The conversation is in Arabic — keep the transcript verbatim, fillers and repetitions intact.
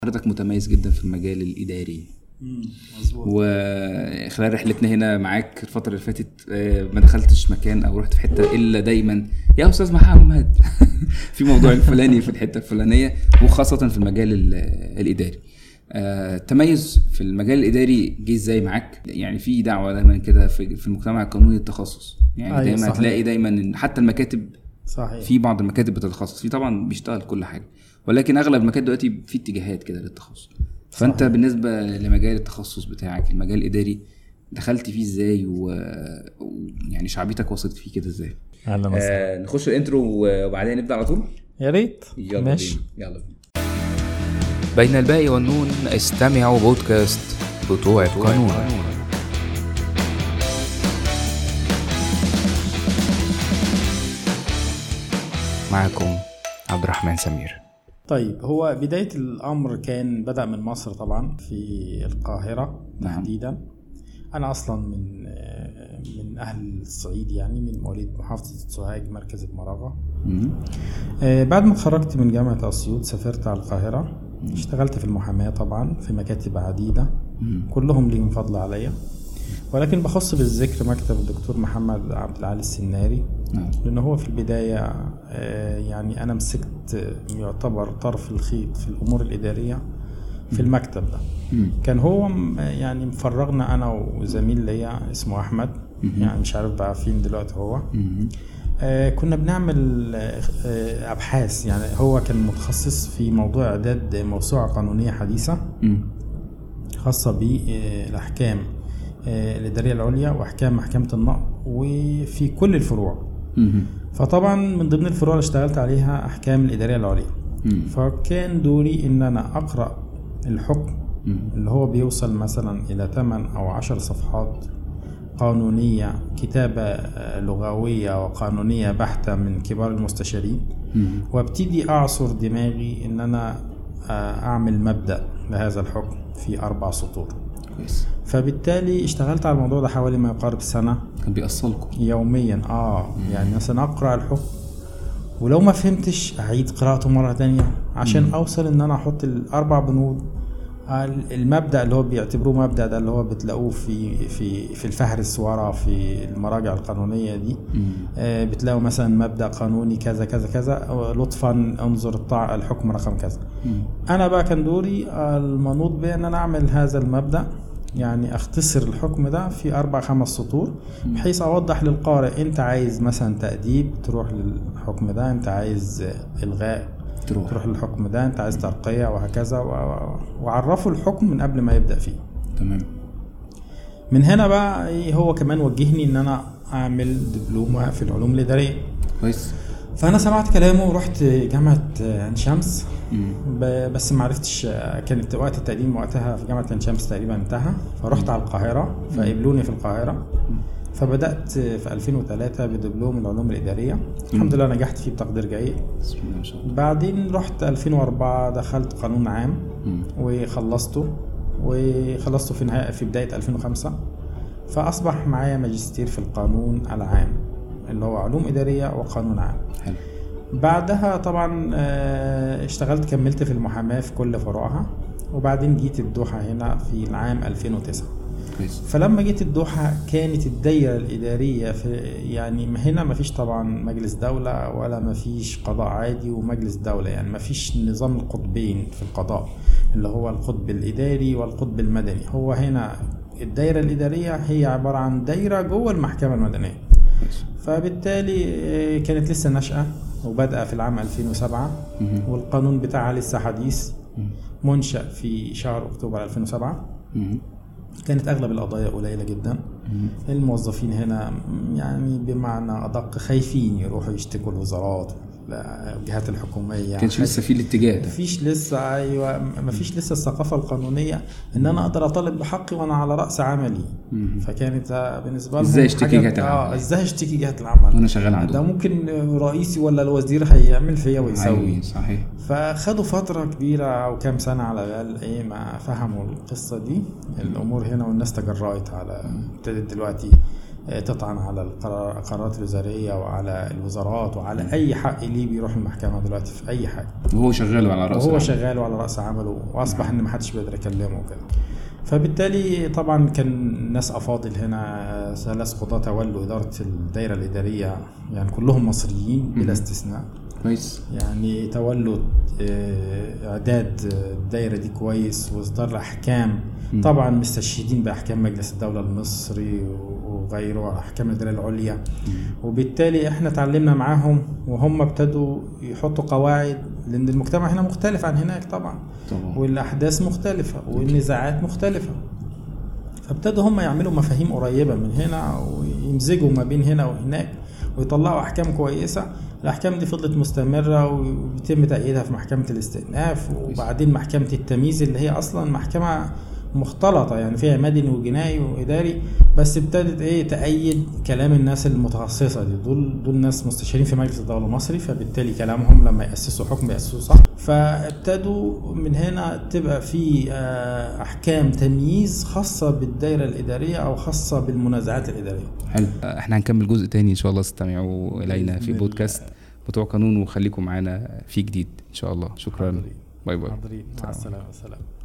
حضرتك متميز جدا في المجال الاداري. مظبوط. وخلال رحلتنا هنا معاك الفتره اللي فاتت ما دخلتش مكان او رحت في حته الا دايما يا استاذ محمد في موضوع الفلاني في الحته الفلانيه، وخاصه في المجال الاداري. التميز في المجال الاداري جه ازاي معاك؟ يعني في دعوه دايما كده في في المجتمع القانوني التخصص، يعني أيوة دايما صحيح. تلاقي دايما حتى المكاتب صحيح. في بعض المكاتب بتتخصص في، طبعا بيشتغل كل حاجه، ولكن اغلب المكاتب دلوقتي في اتجاهات كده للتخصص. فانت صحيح. بالنسبه لمجال التخصص بتاعك المجال الاداري دخلت فيه ازاي ويعني شعبيتك وصلت فيه كده ازاي؟ اهلا وسهلا. آه نخش الانترو وبعدين نبدا على طول. يا ريت. ماشي يلا. بين الباء والنون استمعوا بودكاست بتوع القانون. معكم عبد الرحمن سمير. طيب، هو بداية الأمر كان بدأ من مصر طبعا، في القاهرة تحديدا. نعم. أنا أصلا من من أهل الصعيد، يعني من مواليد محافظة سوهاج مركز المراغة. آه بعد ما اتخرجت من جامعة أسيوط سافرت على القاهرة. مم. اشتغلت في المحاماة طبعا في مكاتب عديدة. مم. كلهم ليهم فضل عليا، ولكن بخص بالذكر مكتب الدكتور محمد عبد العالي السناري. نعم. لأنه هو في البداية آه يعني أنا مسكت يعتبر طرف الخيط في الأمور الإدارية في المكتب ده. مم. كان هو يعني مفرغنا أنا وزميل ليا اسمه أحمد. مم. يعني مش عارف بقى فين دلوقتي هو. آه كنا بنعمل آه أبحاث، يعني هو كان متخصص في موضوع إعداد موسوعة قانونية حديثة. مم. خاصة بالأحكام آه الإدارية العليا وأحكام محكمة النقض وفي كل الفروع. مم. فطبعا من ضمن الفروع اللي اشتغلت عليها أحكام الإدارية العليا. مم. فكان دوري إن أنا أقرأ الحكم اللي هو بيوصل مثلا إلى ثمانية أو عشر صفحات قانونية، كتابة لغوية وقانونية بحتة من كبار المستشارين، وابتدي أعصر دماغي إن أنا أعمل مبدأ لهذا الحكم في أربع سطور. فبالتالي اشتغلت على الموضوع ده حوالي ما يقارب سنة. كان بيأصلكم يوميا آه مم. يعني مثلا أقرأ الحكم، ولو ما فهمتش أعيد قراءته مرة تانية عشان مم. أوصل إن أنا أحط الأربع بنود. المبدأ اللي هو بيعتبروه مبدأ ده اللي هو بتلاقوه في في في الفهرس ورا في المراجع القانونية دي. آه بتلاقوا مثلا مبدأ قانوني كذا كذا كذا، لطفا انظر الطع الحكم رقم كذا. مم. أنا بقى كان دوري المنوط بي أن أنا أعمل هذا المبدأ، يعني أختصر الحكم ده في أربع خمس سطور، بحيث أوضح للقارئ أنت عايز مثلا تأديب تروح للحكم ده، أنت عايز إلغاء تروح, تروح للحكم ده، أنت عايز ترقية وهكذا، وعرفوا الحكم من قبل ما يبدأ فيه. تمام. من هنا بقى هو كمان وجهني أن أنا أعمل دبلومة في العلوم الإدارية. كويس. فأنا سمعت كلامه ورحت جامعة عين شمس. بس ما عرفتش، كانت وقت التقديم وقتها في جامعة عين شمس تقريبا انتهى، فرحت على القاهرة فقبلوني في القاهرة. فبدأت في ألفين وثلاثة بدبلوم العلوم الإدارية. الحمد لله نجحت فيه بتقدير جيد. بعدين رحت ألفين وأربعة دخلت قانون عام وخلصته وخلصته في نهاية في بداية ألفين وخمسة. فأصبح معايا ماجستير في القانون العام اللي هو علوم إدارية وقانون عام. حلو. بعدها طبعا اشتغلت كملت في المحاماة في كل فروعها، وبعدين جيت الدوحة هنا في العام ألفين وتسعة. فلما جيت الدوحة كانت الدائرة الإدارية في يعني هنا ما فيش طبعا مجلس دولة ولا ما فيش قضاء عادي ومجلس دولة، يعني ما فيش نظام القطبين في القضاء اللي هو القطب الإداري والقطب المدني. هو هنا الدائرة الإدارية هي عبارة عن دائرة جوه المحكمة المدنية. فبالتالي كانت لسه نشأة وبدأ في العام ألفين وسبعة، والقانون بتاعها لسه حديث منشأ في شهر أكتوبر ألفين وسبعة. كانت أغلب القضايا قليلة جدا. الموظفين هنا يعني بمعنى أدق خايفين يروحوا يشتكوا الوزارات الجهات الحكومية. كانش لسه في الاتجاه ده. مفيش لسه أيوة مفيش لسه الثقافة القانونية إن أنا أقدر أطالب بحقي وأنا على رأس عملي. مم. فكانت بالنسبة لهم إزاي اشتكي جهة العمل؟ آه إزاي اشتكي جهة العمل وأنا شغال عنده. ده ممكن رئيسي ولا الوزير هيعمل فيا ويسوي. أيوة صحيح. فخدوا فترة كبيرة أو كام سنة على بال إيه ما فهموا القصة دي الأمور هنا، والناس تجرأت على ابتدت دلوقتي تطعن على القرارات الوزارية وعلى الوزارات وعلى أي حق ليه بيروح المحكمة دلوقتي في أي حاجة، وهو شغال على رأس وهو شغال على رأس عمله، وأصبح إن محدش بيقدر يكلمه وكده. فبالتالي طبعا كان ناس أفاضل هنا، ثلاث قضاة تولوا إدارة الدائرة الإدارية، يعني كلهم مصريين بلا استثناء كويس. يعني تولوا إعداد الدائرة دي كويس وإصدار الأحكام، طبعا مستشهدين بأحكام مجلس الدولة المصري وغيره، أحكام الإدارة العليا. وبالتالي إحنا تعلمنا معاهم وهم ابتدوا يحطوا قواعد، لأن المجتمع هنا مختلف عن هناك طبعا, طبعا. والأحداث مختلفة والنزاعات مختلفة، فابتدوا هم يعملوا مفاهيم قريبة من هنا ويمزجوا ما بين هنا وهناك ويطلعوا أحكام كويسة. الأحكام دي فضلت مستمرة وبيتم تأييدها في محكمة الاستئناف، وبعدين محكمة التمييز اللي هي أصلا محكمة مختلطة يعني فيها مدني وجنائي وإداري، بس ابتدت ايه تأيد كلام الناس المتخصصة دي، دول دول ناس مستشارين في مجلس الدولة المصري، فبالتالي كلامهم لما يأسسوا حكم يأسسوا صح. فابتدوا من هنا تبقى في أحكام تمييز خاصة بالدائرة الإدارية أو خاصة بالمنازعات الإدارية. حلو. احنا هنكمل جزء تاني إن شاء الله، استمعوا إلينا في بودكاست بتوع قانون وخليكم معانا في جديد إن شاء الله. شكرا. باي باي. مع السلامة.